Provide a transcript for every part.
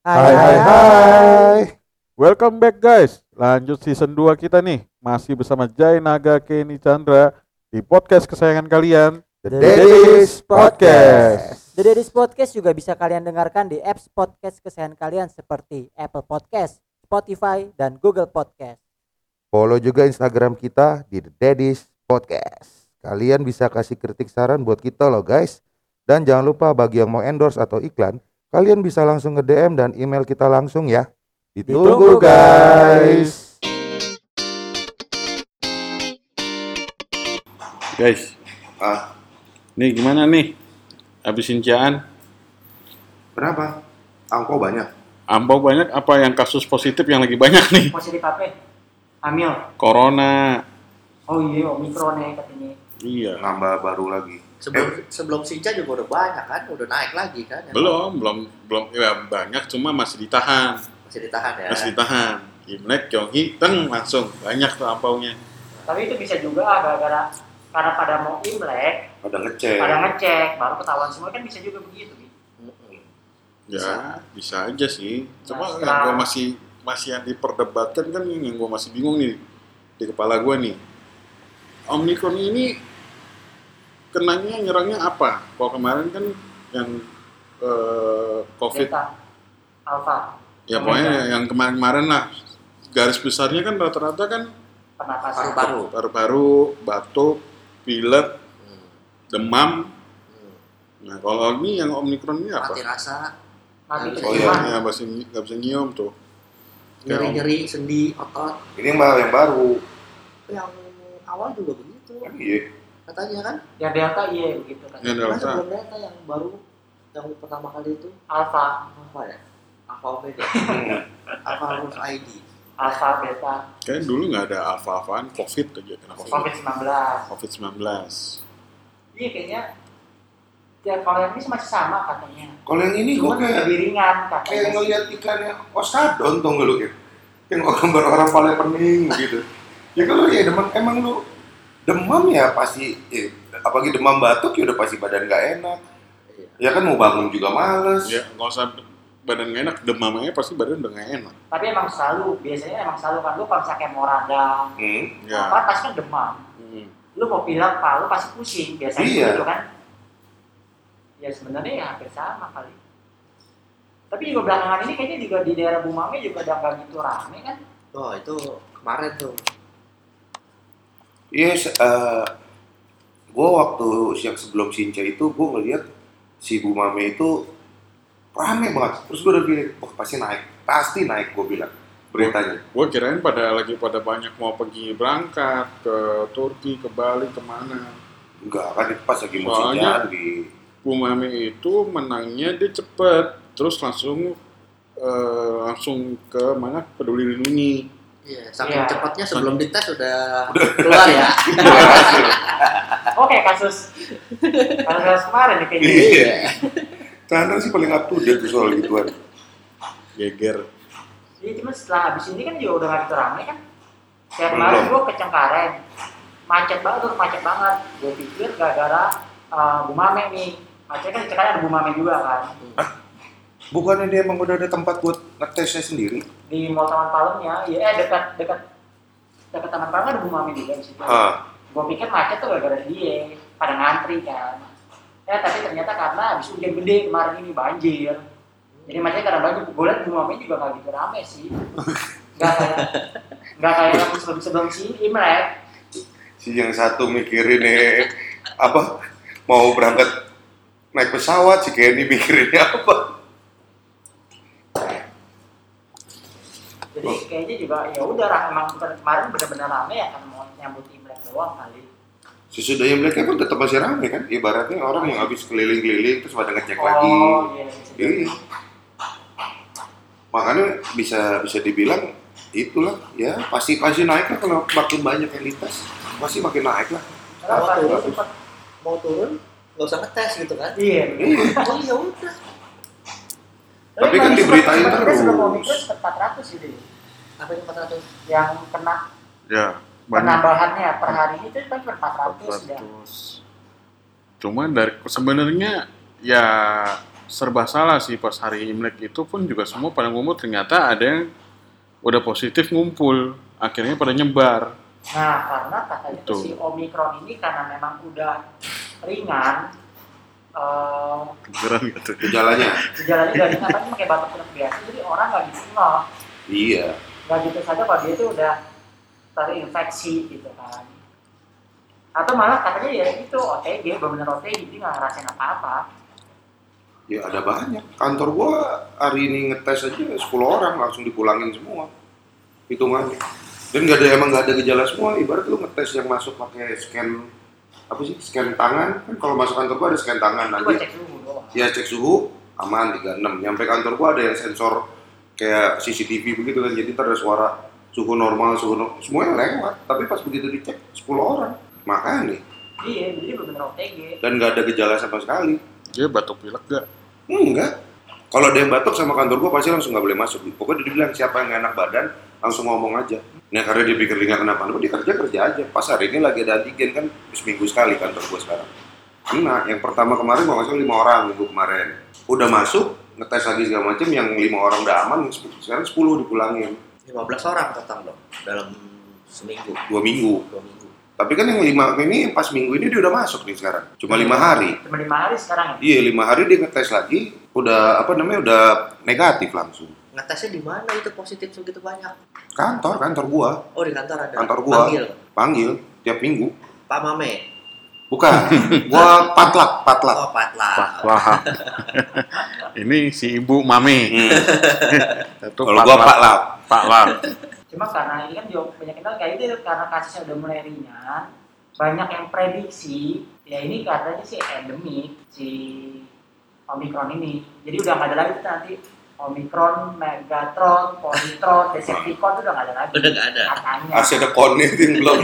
Hai hai hai. Welcome back guys. Lanjut season 2 kita nih. Masih bersama Jai Naga Kenny Chandra di podcast kesayangan kalian, The Daddies Podcast. The Daddies Podcast juga bisa kalian dengarkan di apps podcast kesayangan kalian seperti Apple Podcast, Spotify, dan Google Podcast. Follow juga Instagram kita di The Daddies Podcast. Kalian bisa kasih kritik saran buat kita loh guys. Dan jangan lupa bagi yang mau endorse atau iklan, kalian bisa langsung nge-DM dan email kita langsung ya. Ditunggu guys. Guys, nih gimana nih? Habisin ciaan? Kenapa? Angko banyak. Ampau banyak apa yang kasus positif yang lagi banyak nih? Positif apa? Hamil. Corona. Oh iya, Omikron ya katanya. Iya. Nambah baru lagi. Sebelum Sinca juga udah banyak kan, udah naik lagi kan? Belum ya banyak cuma masih ditahan. Masih ditahan ya. Masih ditahan. Imlek, Kyonghi, teng langsung banyak tuh ampaunya. Tapi itu bisa juga gara-gara karena pada mau Imlek, Pada ngecek. baru ketahuan semua kan bisa juga begitu. Ya, bisa aja sih. Cuma Nah, yang gue masih yang diperdebatkan kan yang gue masih bingung nih di kepala gue nih. Omikron ini kenanya nyerangnya apa? Kalau kemarin kan yang COVID, Delta, Alpha, ya pokoknya yang kemarin-kemarin lah. Garis besarnya kan rata-rata kan pernapasan paru-paru, batuk, pilek, demam. Nah kalau ini yang Omikron ini apa? Mati rasa, mati Oh, Oh iya. iya, nggak bisa nyium tuh. nyeri-nyeri, sendi, otot. Ini yang baru. Yang awal juga begitu. Iya. Katanya kan? Ya Delta iya begitu kan. Ya, Karena Delta. sebelum Delta yang baru, yang pertama kali itu Alpha, apa ya? Alpha Omega. Alpha Rus ID. Alpha, Beta, Kayak dulu nggak ada alfa-alfaan COVID aja. Kenapa? COVID-19. COVID-19. Iya kayaknya. Ya kalau yang ini sih masih sama katanya. Kalau yang ini Cuma lebih ringan katanya. kayak ngeliat iklannya Osadon tau gak lu kayak yang gambar orang paling pening gitu. Ya kalau ya emang lu demam ya pasti apalagi demam batuk ya udah pasti badan gak enak. Iya. Ya kan mau bangun juga males. Ya nggak usah badan nggak enak, demamnya pasti badan udah nggak enak. Tapi biasanya emang selalu kan lu kalau misalnya mau radang, Ya. apa pasti kan demam. Hmm. Lu mau pilek, palu pasti pusing biasanya Iya. gitu kan. Ya sebenarnya ya hampir sama kali. Tapi juga belakangan ini kayaknya juga di daerah Bumame juga udah nggak gitu rame kan. Oh itu kemarin tuh. Yes, gue waktu siang sebelum Sinca itu gue ngeliat si Bu Mame itu rame banget. Terus gue udah bilang, oh pasti naik gue bilang beritanya. Gue kirain lagi pada banyak mau pergi berangkat ke Turki, ke Bali, kemana. Enggak kan itu pas lagi musim Soalnya- jadi. Bu Mame itu menangnya dia cepet, terus langsung ke mana Peduli Lindungi. Iya, saking Iya. cepatnya sebelum dites udah keluar ya. Oke kasus kemarin nih kayaknya. Iya. Chandra sih paling up to date tuh soal gituan. Geger. Iya cuma setelah habis ini kan juga udah nggak gitu rame kan. Kayak Belum. kemarin gue ke Cengkareng, macet banget. Gue pikir gara-gara Bu Mame nih. Macet kan di Cengkareng ada Bu Mame juga kan. Bukannya dia emang udah ada tempat buat ngetesnya sendiri? Di Mall Taman Palemnya, ya dekat Taman Palem ada Bu Mame juga di situ. Gue pikir macet tuh gara-gara dia, pada ngantri kan. Ya tapi ternyata karena habis hujan gede kemarin ini banjir. Jadi macetnya karena banjir. Gue liat Bu Mame juga nggak gitu rame sih. Nggak kayak yang sebelum si Imlek. Si yang satu mikirin apa mau berangkat naik pesawat, si Kenny mikirinnya apa? Jadi kayaknya juga ya udah emang kemarin benar-benar rame ya kan mau nyambut Imlek doang kali. Sesudah Imlek pun tetap masih rame kan? Ibaratnya orang yang habis keliling-keliling terus pada ngecek lagi. Oh iya. Iya. Makanya bisa dibilang itulah ya pasti naik lah kalau makin banyak yang lintas pasti makin naik lah. Karena Waktu tadi itu sempat mau turun nggak usah ngetes gitu kan? iya. Oh iya udah. Tapi kan diberitain terus. Sebelum Omikron sempat 400 gitu ya. Apa yang 400? Yang kena Ya, penambahannya per hari itu kan cuma 400 ya. 400. Cuma sebenarnya ya serba salah sih pas hari Imlek itu pun juga semua pada ngumpul, ternyata ada yang udah positif ngumpul, akhirnya pada nyebar. Nah, karena katanya Betul. si Omikron ini karena memang udah ringan, Geran gitu. Gejalanya. gejalanya udah ringan, tapi pakai batuk pilek biasa, jadi orang nggak gitu ngeh. Iya. Nggak gitu saja kalau dia itu udah terinfeksi gitu kan. Atau malah katanya ya itu OTG, benar-benar OTG, jadi nggak ngerasain apa-apa. Ya ada banyak. Kantor gua hari ini ngetes aja 10 orang langsung dipulangin semua. Hitungannya. Dan emang nggak ada gejala semua. Ibarat lu ngetes yang masuk pakai scan apa sih? Scan tangan. Kan kalau masuk kantor gua ada scan tangan Itu nanti. buat cek suhu doang. Ya cek suhu aman 36. Nyampe kantor gua ada yang sensor kayak CCTV begitu kan. Jadi ntar ada suara suhu normal, semuanya lewat. Tapi pas begitu dicek 10 orang. Makanya Iya, jadi benar-benar OTG. dan nggak ada gejala sama sekali. Dia batuk pilek gak? Enggak. Kalau ada yang batuk sama kantor gua pasti langsung nggak boleh masuk. Pokoknya dia bilang siapa yang nggak enak badan langsung ngomong aja. Nah karena dia pikir dia nggak kenapa-napa, dia kerja aja. Pas hari ini lagi ada antigen kan seminggu sekali kantor gua sekarang. Nah yang pertama kemarin gua ngasih 5 orang minggu kemarin. Udah masuk ngetes lagi segala macam, yang 5 orang udah aman, sekarang 10 dipulangin. 15 orang total dong dalam seminggu. 2 minggu. 2 minggu. Tapi kan yang 5 ini pas minggu ini dia udah masuk nih sekarang. Cuma 5 hari. Cuma 5 hari sekarang ya. Iya 5 hari dia ngetes lagi, udah udah negatif langsung. Ngetesnya di mana itu positif segitu banyak? Kantor gua. Oh di kantor ada. Kantor gua. Panggil Tiap minggu. Pak Mame. Bukan, gua patlak. Oh Patla. Wah. Ini si Ibu Mame. Itu Kalau gua patlak. Pak Lar. Cuma karena ini kan juga banyak yang kayak itu karena kasusnya udah mulai ringan, banyak yang prediksi ya ini katanya sih endemik si Omikron ini. Jadi udah nggak ada lagi tuh nanti Omikron, Megatron, Polytron, Decepticon itu udah nggak ada lagi. Udah nggak ada. Katanya. Masih ada konnya yang belum.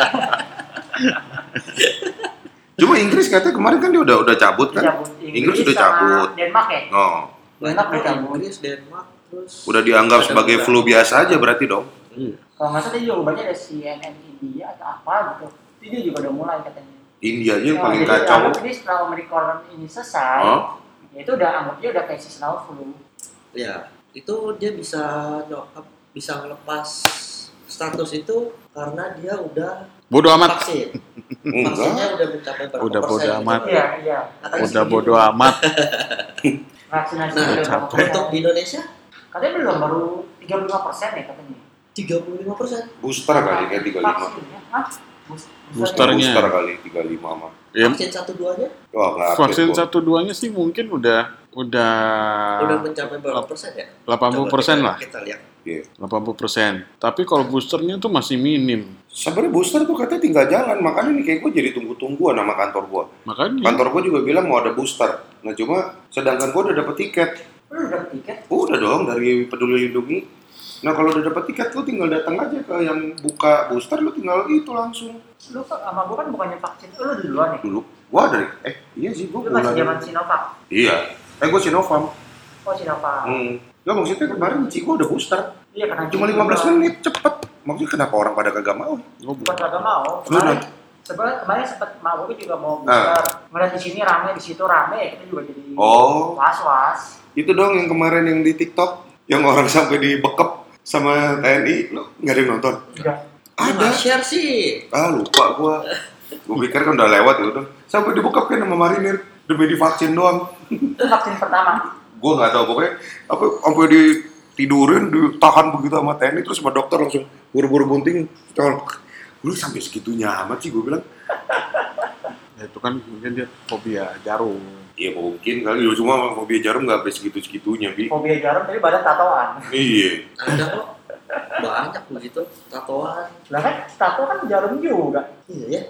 Cuma Inggris katanya kemarin kan dia udah cabut kan? Dicabut. Inggris udah sama cabut. Denmark ya? Oh, Denmark udah cabut. Inggris, Denmark, terus. udah dianggap Ada sebagai juga. flu biasa aja berarti dong. Iya. Kalau nggak salah dia juga banyak ada CNN India atau apa gitu. Itu dia juga udah mulai katanya. India aja yang Nah, paling jadi kacau. anggap ini setelah Omikron ini selesai, Oh. ya itu udah anggapnya udah kayak seasonal flu. Ya, itu dia bisa ngelepas status itu karena dia udah Bodo amat. vaksin. Enggak. Vaksinnya udah mencapai berapa Udah bodo persen? amat. gitu. Iya, iya. Katanya Udah segitu. bodo amat. Vaksinasi Nah, udah capek. berapa Untuk di Indonesia katanya belum, baru 35% ya katanya. 35%. Booster kali kayak 35. Vaksinnya, hah? Boosternya. Booster kali 35 mah. Ya, Vaksin 1-2-nya Wah, nggak update vaksin gua. 1-2-nya sih mungkin udah udah mencapai berapa persen ya? 80% Coba lah. Kita lihat. 80%. Tapi kalau boosternya tuh masih minim. Sebenarnya booster tuh katanya tinggal jalan, makanya nih kayak gue jadi tunggu-tungguan sama kantor gue. Makanya Kantor gue juga bilang mau ada booster. Nah cuma sedangkan gue udah dapet tiket. Lu udah tiket? Udah dong dari Peduli Lindungi. Nah kalau udah dapet tiket lu tinggal datang aja ke yang buka booster, lu tinggal itu langsung. Lu kan sama gua kan bukannya vaksin, lu duluan ya? Dulu gua dari iya sih gua Lu masih bulan. zaman Sinovac? Iya. Gua Sinovac. Oh Sinovac. Nggak maksudnya kemarin Ci gua udah booster. Iya karena Cuma 15 menit cepet. Maksudnya kenapa orang pada kagak mau? Bukan kagak mau. Lu Kemarin sempat mau gue juga mau booster. Ngeliat di sini rame, di situ rame, kita juga jadi Oh. was-was. Itu dong yang kemarin yang di TikTok yang orang sampai dibekep sama TNI, lu nggak ada yang nonton? Enggak. Ada. Share sih. Lupa gua. Gua pikir kan udah lewat ya udah. Sampai dibekep kan sama marinir demi divaksin doang. Itu vaksin pertama. Gua nggak tahu pokoknya apa sampai ditidurin, ditahan begitu sama TNI terus sama dokter langsung buru-buru bunting. Lu sampai segitunya amat sih gua bilang. ya, itu kan mungkin dia fobia jarum. Iya mungkin kali ya cuma fobia jarum nggak sampai segitu-segitunya bi. Fobia jarum tapi badan tatoan. Iya. Ada kok. Banyak begitu tatoan. Lah kan tato kan jarum juga. Iya ya.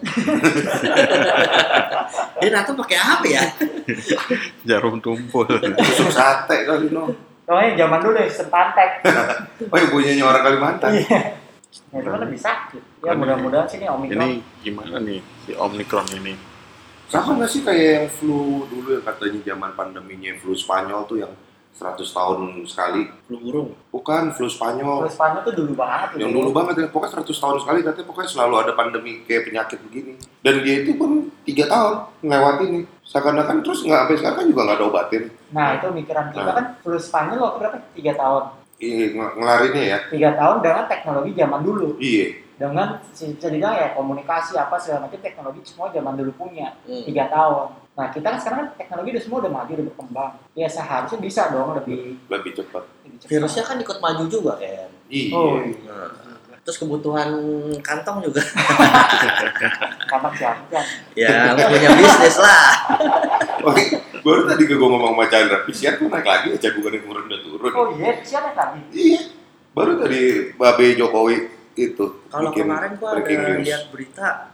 Dia tato pakai apa ya? Jarum tumpul. Tusuk sate kali no. Soalnya zaman dulu ya sempantek. Oh yang punyanya orang Kalimantan. Iya. Ya itu kan lebih sakit. Ya Kan mudah-mudahan sih ini Omikron. Ini gimana nih si Omikron ini? Sama nggak sih kayak yang flu dulu yang katanya zaman pandeminya flu Spanyol tuh yang 100 tahun sekali. Flu burung. Bukan, flu Spanyol. Flu Spanyol tuh dulu banget. Yang dulu banget ya, pokoknya 100 tahun sekali katanya pokoknya selalu ada pandemi kayak penyakit begini. Dan dia itu pun 3 tahun ngelewatin nih. Seakan-akan terus nggak sampai sekarang kan juga nggak ada obatin. Nah itu mikiran kita kan flu Spanyol waktu berapa? 3 tahun. Iya, ngelarinnya ya. 3 tahun dengan teknologi zaman dulu. Iya. Dengan bisa dibilang ya komunikasi apa segala macam teknologi semua zaman dulu punya 3 tahun. Nah kita kan sekarang kan teknologi udah semua udah maju, udah berkembang. Ya seharusnya bisa dong lebih cepat. Virusnya kan ikut maju juga kan. Iya. Oh. Terus kebutuhan kantong juga. Kantong siapa? Ya punya bisnis lah. Oke, baru tadi gue ngomong sama Chandra, PCR tuh naik lagi ya, bukan yang kemarin udah turun. Oh iya, siapa tadi? Iya. Baru tadi Babe Jokowi itu. Kalau kemarin gua breaking ada news. lihat berita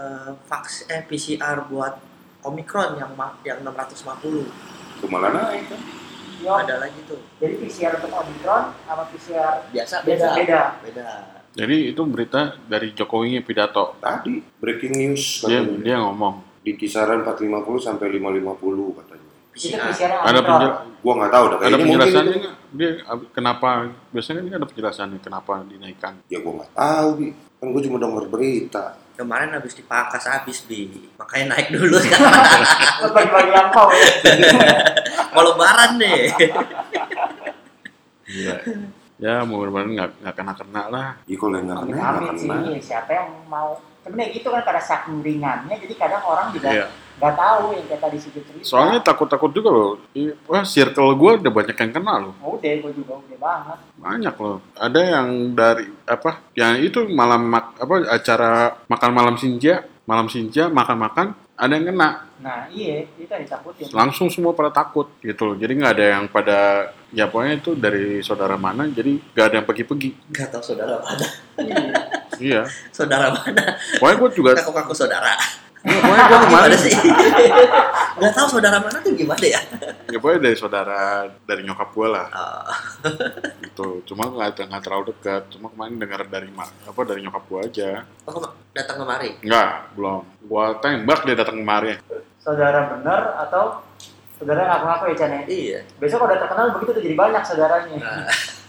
PCR buat Omicron yang 650. Itu malah naik kan. Yo, Ada lagi tuh. jadi PCR untuk Omicron sama PCR Biasa beda. Beda. Jadi itu berita dari Jokowi pidato. Tadi breaking news Dia katanya. dia ngomong. Di kisaran 450 sampai 550 katanya. Itu PCR. PCR Ada Omicron. Gua nggak tahu dah Ada kayaknya mungkin penjelasannya itu. nggak? Dia kenapa? Biasanya kan ada penjelasannya kenapa dinaikkan. Ya gua nggak tahu, Bi. Kan gua cuma denger berita. Kemarin habis dipangkas habis Bi. Makanya naik dulu sekarang. Bagi-bagi angpau ya. Mau lebaran deh. Iya. Ya mudah-mudahan nggak kena lah. Ya kalau yang nggak kena, nggak Amit-amit kena. sih, siapa yang mau sebenarnya gitu kan karena saking ringannya jadi kadang orang juga Iya. nggak tahu yang kayak tadi situ cerita. Soalnya takut-takut juga loh. Wah, circle gue udah banyak yang kena loh. Udah, gue juga udah banget. Banyak loh. Ada yang dari apa? Yang itu acara makan malam senja, makan-makan, ada yang kena. Nah iya, itu yang ditakutin. Langsung semua pada takut gitu loh. Jadi nggak ada yang pada ya pokoknya itu dari saudara mana. Jadi nggak ada yang pergi-pergi. Gak tahu saudara mana. Iya. Saudara mana? Pokoknya gue juga. Kaku-kaku saudara. Ya, pokoknya gue kemarin Gimana sih? Gak tahu saudara mana tuh gimana ya? ya pokoknya dari saudara dari nyokap gue lah Oh. gitu. Cuma nggak terlalu dekat. Cuma kemarin dengar dari dari nyokap gue aja. Oh, datang kemari. Enggak, belum. Gue tembak dia datang kemari. Saudara bener atau saudara ngaku-ngaku ya Chan ya? Iya. Besok kalau udah terkenal begitu tuh jadi banyak saudaranya. Nah,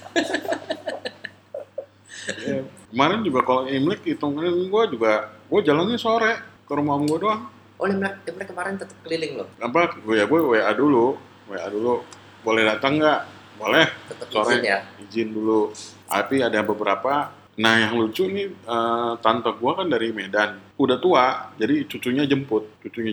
Ya, kemarin juga kalau Imlek hitungannya gue jalannya sore ke rumah om gue doang. oh Imlek kemarin tetap keliling loh. Gue WA dulu, boleh datang nggak? Boleh. Tetap Sore izin ya. izin dulu. Tapi ada beberapa. Nah yang lucu nih tante gue kan dari Medan, udah tua, jadi cucunya jemput,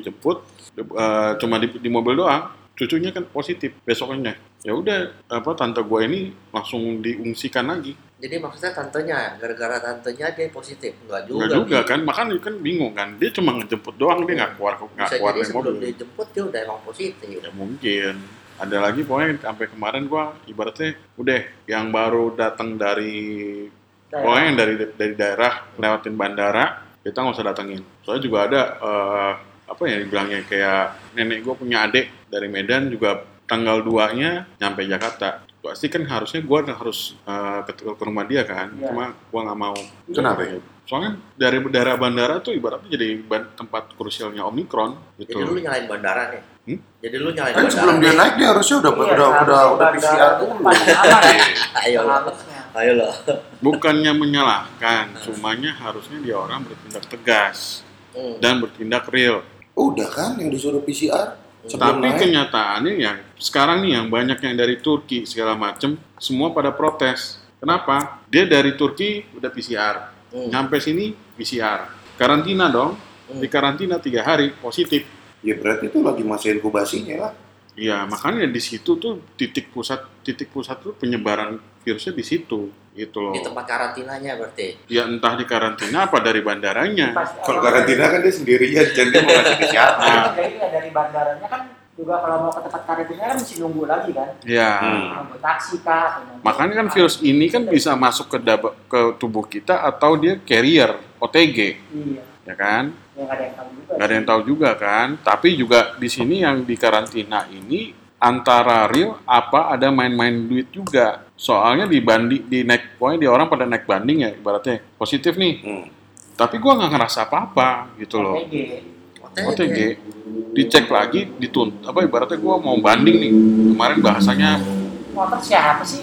cuma di mobil doang. Cucunya kan positif besoknya. Ya udah tante gue ini langsung diungsikan lagi. Jadi maksudnya tantenya, gara-gara tantenya dia positif. Enggak juga. Enggak juga kan, makanya kan bingung kan. Dia cuma ngejemput doang, dia nggak keluar Bisa dari jadi sebelum mobil. dijemput dia udah emang positif. Ya mungkin. Ada lagi pokoknya sampai kemarin gua ibaratnya udah yang baru datang dari pokoknya yang dari daerah lewatin bandara kita nggak usah datengin. Soalnya juga ada dibilangnya kayak nenek gua punya adik dari Medan juga tanggal 2-nya nyampe Jakarta. Pasti kan harusnya gue harus ke rumah dia kan, Iya. cuma gue nggak mau. Kenapa? Soalnya dari daerah bandara tuh ibaratnya jadi tempat krusialnya Omicron gitu. Jadi lu nyalain bandara nih. Jadi lu nyalain Kan bandara. sebelum dia naik dia harusnya udah PCR dulu. Ayo lo. Ayo lo. Bukannya menyalahkan, cumanya harusnya dia orang bertindak tegas dan bertindak real. Udah kan yang disuruh PCR. Sebelum Tapi naik. kenyataannya ya sekarang nih yang banyak yang dari Turki segala macem semua pada protes. Kenapa? Dia dari Turki udah PCR, nyampe sini PCR, karantina dong. Di karantina 3 hari positif. Ya berarti itu lagi masa inkubasinya lah. Iya, makanya di situ tuh titik pusat tuh penyebaran virusnya di situ, gitu loh. Di tempat karantinanya berarti. Ya entah di karantina apa dari bandaranya. Kalau karantina kan dia sendirian, jadi dia mau ngasih ke siapa? Jadi dari bandaranya kan juga kalau mau ke tempat karantina kan mesti nunggu lagi kan. Ya, Nunggu taksi kah. atau nunggu makanya kan apa. virus ini kan bisa masuk ke tubuh kita atau dia carrier, OTG, Iya. ya kan? Ya nggak ada yang tahu juga. Nggak ada yang tahu juga kan. Tapi juga di sini yang di karantina ini antara real apa ada main-main duit juga. Soalnya di naik, pokoknya di orang pada naik banding ya ibaratnya positif nih. Tapi gua nggak ngerasa apa-apa gitu loh. OTG dicek lagi ibaratnya gua mau banding nih. Kemarin bahasanya motor siapa sih?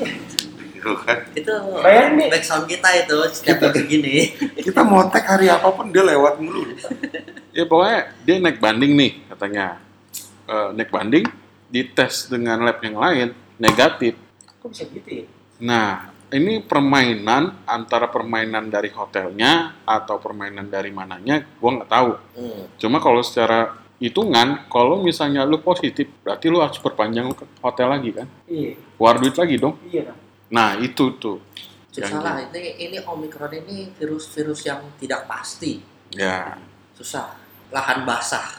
Kan? Itu Bayarin nih. backsound kita itu setiap begini. Kita mau tag hari apapun dia lewat mulu. Ya pokoknya dia naik banding nih katanya. Naik banding, dites dengan lab yang lain, negatif. Kok bisa gitu ya? Nah, ini permainan antara permainan dari hotelnya atau permainan dari mananya, gua nggak tahu. Cuma kalau secara hitungan, kalau misalnya lu positif, berarti lu harus perpanjang ke hotel lagi kan? Iya. Keluar duit lagi dong. Iya dong. Nah, itu tuh. Susah lah, ini Omicron ini virus-virus yang tidak pasti. Ya, Susah. Lahan basah.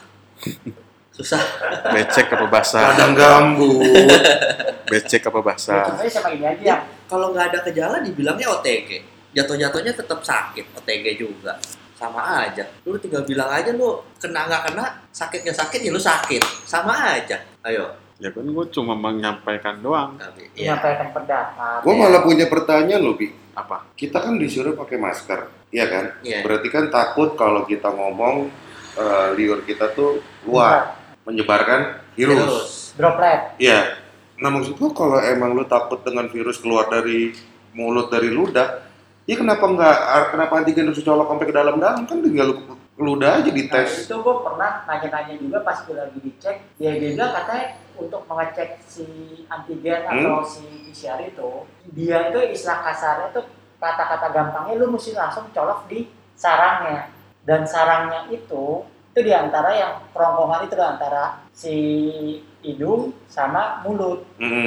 Susah. becek apa basah? Ladang gambut. Becek apa Ya, basah? contohnya sama ini aja. Kalau nggak ada gejala dibilangnya OTG. Jatuh-jatuhnya tetap sakit, OTG juga. Sama aja. Lu tinggal bilang aja lu kena nggak kena, sakit nggak sakit ya lu sakit. Sama aja. Ayo. Ya kan gue cuma menyampaikan doang. Tapi, ya. Menyampaikan pendapat. Gue malah punya pertanyaan loh, Bi. Apa? Kita kan disuruh pakai masker, iya kan? Iya. Berarti kan takut kalau kita ngomong liur kita tuh luar, menyebarkan virus. Droplet. Iya. Nah maksud gue kalau emang lu takut dengan virus keluar dari mulut dari ludah, ya kenapa antigen harus colok sampai ke dalam-dalam, kan tinggal lu ke ludah aja Nah, dites. itu gue pernah nanya-nanya juga pas gue lagi dicek. Dia bilang katanya untuk mengecek si antigen atau si PCR itu, dia itu istilah kasarnya tuh kata-kata gampangnya lu mesti langsung colok di sarangnya. Dan sarangnya itu diantara yang kerongkongan itu antara si hidung sama mulut.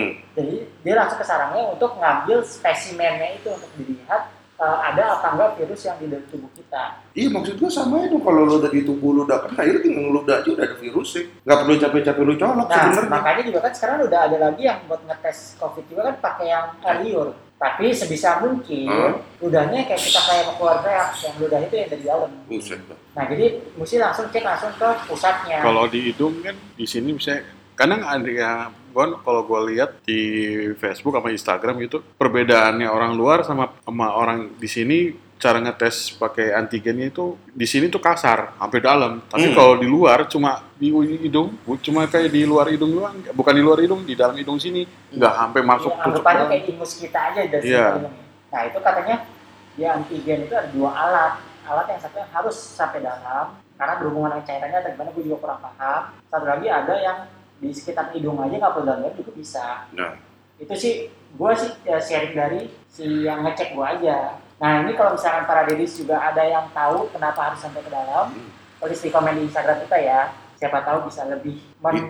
Jadi dia langsung ke sarangnya untuk ngambil spesimennya itu untuk dilihat ada apa enggak virus yang di dalam tubuh kita. Iya maksud gue sama itu, kalau lu udah di tubuh lu udah kena, itu tinggal ngeludah aja udah ada virusnya. Nggak perlu capek-capek lu colok Nah, sebenarnya. makanya juga kan sekarang udah ada lagi yang buat ngetes COVID juga kan pakai yang liur. Tapi sebisa mungkin ludahnya kayak kita mau keluar reak, yang ludah itu yang dari dalam. Buset. Nah, jadi mesti langsung cek langsung ke pusatnya. Kalau di hidung kan di sini bisa kadang ada ya, kalau gue lihat di Facebook sama Instagram gitu, perbedaannya orang luar sama orang di sini cara ngetes pakai antigennya itu di sini tuh kasar sampai dalam. Tapi kalau di luar cuma di hidung, cuma kayak di luar hidung doang, bukan di luar hidung, di dalam hidung sini nggak sampai masuk. Ya, anggapannya kayak ingus kita aja dari sini. Nah, itu katanya di antigen itu ada 2 alat. Alat yang satu harus sampai dalam karena berhubungan dengan cairannya atau gimana gue juga kurang paham. Satu lagi ada yang di sekitar hidung aja nggak perlu dalam juga bisa. Nah. Itu sih gue sih sharing dari si yang ngecek gue aja. Nah ini kalau misalkan para dedis juga ada yang tahu kenapa harus sampai ke dalam, tulis di komen di Instagram kita ya. Siapa tahu bisa lebih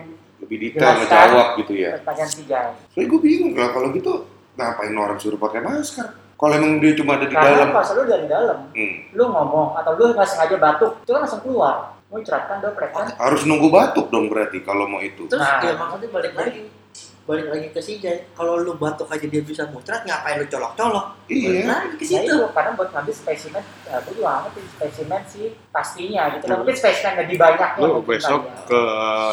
detail ngejawab gitu ya. Pertanyaan si Jai. Soalnya gue bingung lah kalau gitu ngapain orang suruh pakai masker? Kalau emang dia cuma ada di Karena dalam. kalau selalu dari dalam, lu ngomong atau lu nggak sengaja batuk, itu kan langsung keluar. Muncrat kan doplet kan? Harus nunggu batuk dong berarti kalau mau itu. Terus Nah. ya maksudnya balik lagi ke si Jai. Kalau lu batuk aja dia bisa muncrat, ngapain lu colok-colok? Iya. Balik lagi ke Ya situ. itu karena buat ngambil spesimen, gue juga ngerti spesimen sih pastinya gitu. Nah, mungkin spesimen lebih banyak Lu mungkin besok kali ya. ke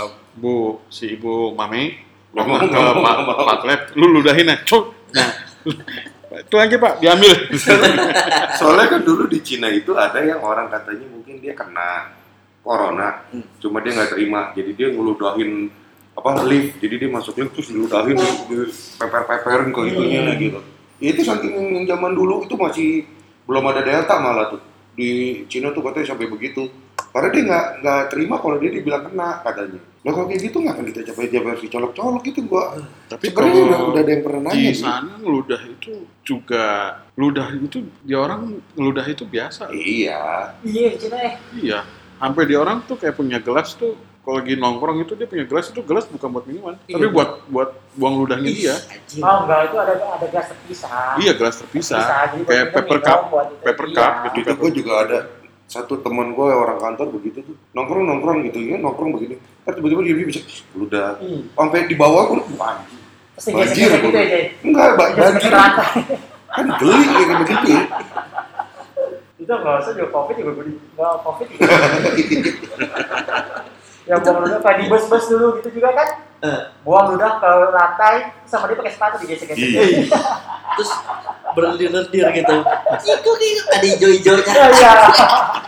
Ibu Mame, lu ke Pak Lab, lu ludahin aja. Nah, itu aja Pak, diambil. Soalnya kan dulu di Cina itu ada yang orang katanya mungkin dia kena corona, cuma dia nggak terima, jadi dia ngeludahin lift, jadi dia masuk lift terus diludahin, dipeper-peperin ke itunya gitu. Ya, itu saking yang zaman dulu itu masih belum ada Delta malah tuh di Cina tuh katanya sampai begitu, karena dia nggak terima kalau dia dibilang kena katanya. Nah kalau kayak gitu ngapain kita capek-capek harus dicolok-colok itu gua. Tapi sebenarnya kalau udah ada yang pernah nanya di sih. sana ludah itu juga di orang ludah itu biasa. Iya. Iya di Cina ya. Iya, sampai di orang tuh kayak punya gelas tuh. Kalau lagi nongkrong itu dia punya gelas, itu gelas bukan buat minuman, tapi buat buang ludahnya dia. Oh enggak, itu ada gelas terpisah. Iya, gelas terpisah. Jadi Kayak buat paper minum, cup, buat itu. paper Iya. cup gitu. Itu gue juga ada satu teman gue orang kantor begitu tuh nongkrong gitu ya, nongkrong begini, kan tiba-tiba dia bisa udah sampai di bawah gue anjing. Terus digesek-gesek gitu ya, Jay? Enggak, banjir Digesek ke rantai. kan geli kayak begitu ya. Itu nggak usah juga COVID juga gue nggak COVID juga. Ya buang ludah kayak di bus-bus dulu gitu juga kan? Buang ludah ke lantai sama dia pakai sepatu digesek-gesek. Terus berlendir-lendir gitu. Ikut ada hijau-hijaunya. Iya.